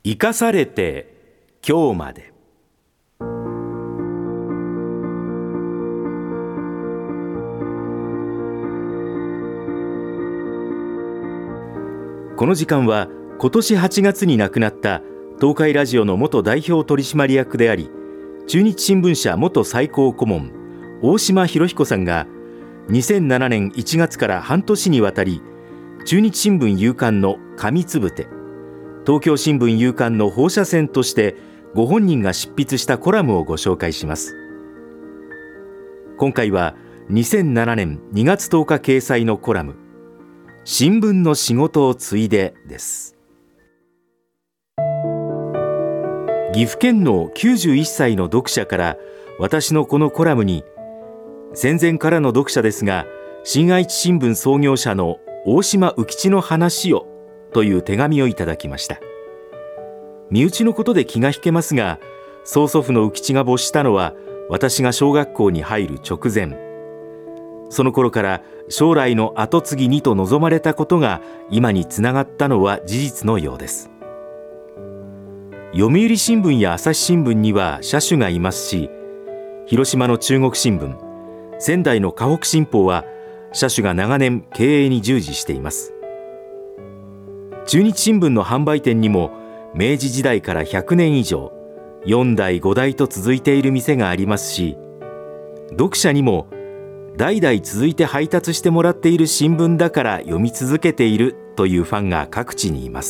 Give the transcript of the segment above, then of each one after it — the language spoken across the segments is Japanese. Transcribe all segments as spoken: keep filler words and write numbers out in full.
生かされて今日まで。この時間は今年はちがつに亡くなった東海ラジオの元代表取締役であり、中日新聞社元最高顧問大島博彦さんがにせんななねんいちがつから半年にわたり中日新聞夕刊の紙つぶて、東京新聞夕刊の放射線としてご本人が執筆したコラムをご紹介します。今回はにせんななねんにがつとおか掲載のコラム、新聞の仕事を継いでです。岐阜県のきゅうじゅういっさいの読者から私のこのコラムに、戦前からの読者ですが新愛知新聞創業者の大島宇吉の話をという手紙をいただきました。身内のことで気が引けますが、曽祖父の宇吉が没したのは私が小学校に入る直前。その頃から将来の跡継ぎにと望まれたことが今につながったのは事実のようです。読売新聞や朝日新聞には社主がいますし、広島の中国新聞、仙台の河北新報は社主が長年経営に従事しています。中日新聞の販売店にも明治時代からひゃくねん以上、よんだいごだいと続いている店がありますし、読者にも代々続いて配達してもらっている新聞だから読み続けているというファンが各地にいます。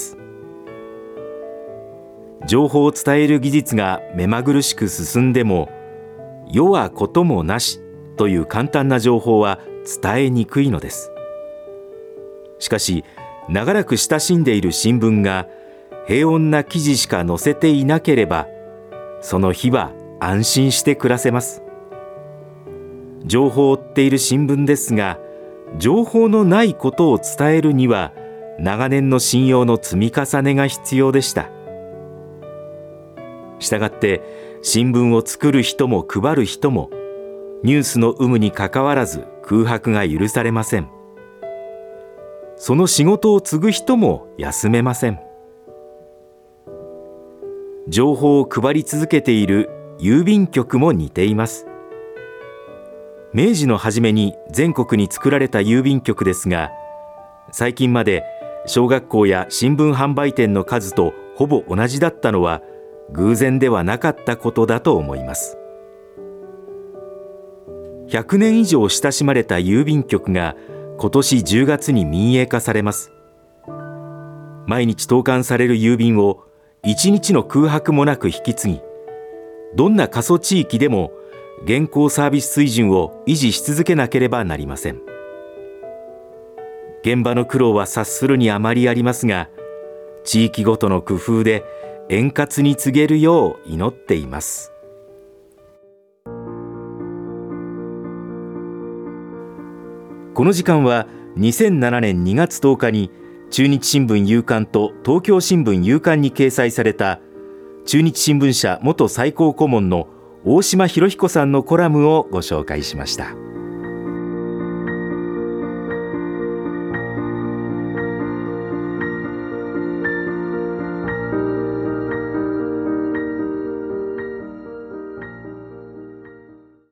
情報を伝える技術が目まぐるしく進んでも、世はこともなしという簡単な情報は伝えにくいのです。しかし長らく親しんでいる新聞が平穏な記事しか載せていなければ、その日は安心して暮らせます。情報を追っている新聞ですが、情報のないことを伝えるには長年の信用の積み重ねが必要でした。したがって新聞を作る人も配る人もニュースの有無にかかわらず空白が許されません。その仕事を継ぐ人も休めません。情報を配り続けている郵便局も似ています。明治の初めに全国に作られた郵便局ですが、最近まで小学校や新聞販売店の数とほぼ同じだったのは偶然ではなかったことだと思います。ひゃくねん以上親しまれた郵便局が今年じゅうがつに民営化されます。毎日投函される郵便を一日の空白もなく引き継ぎ、どんな過疎地域でも現行サービス水準を維持し続けなければなりません。現場の苦労は察するにあまりありますが、地域ごとの工夫で円滑に告げるよう祈っています。この時間はにせんななねんにがつとおかに中日新聞夕刊と東京新聞夕刊に掲載された中日新聞社元最高顧問の大島博彦さんのコラムをご紹介しました。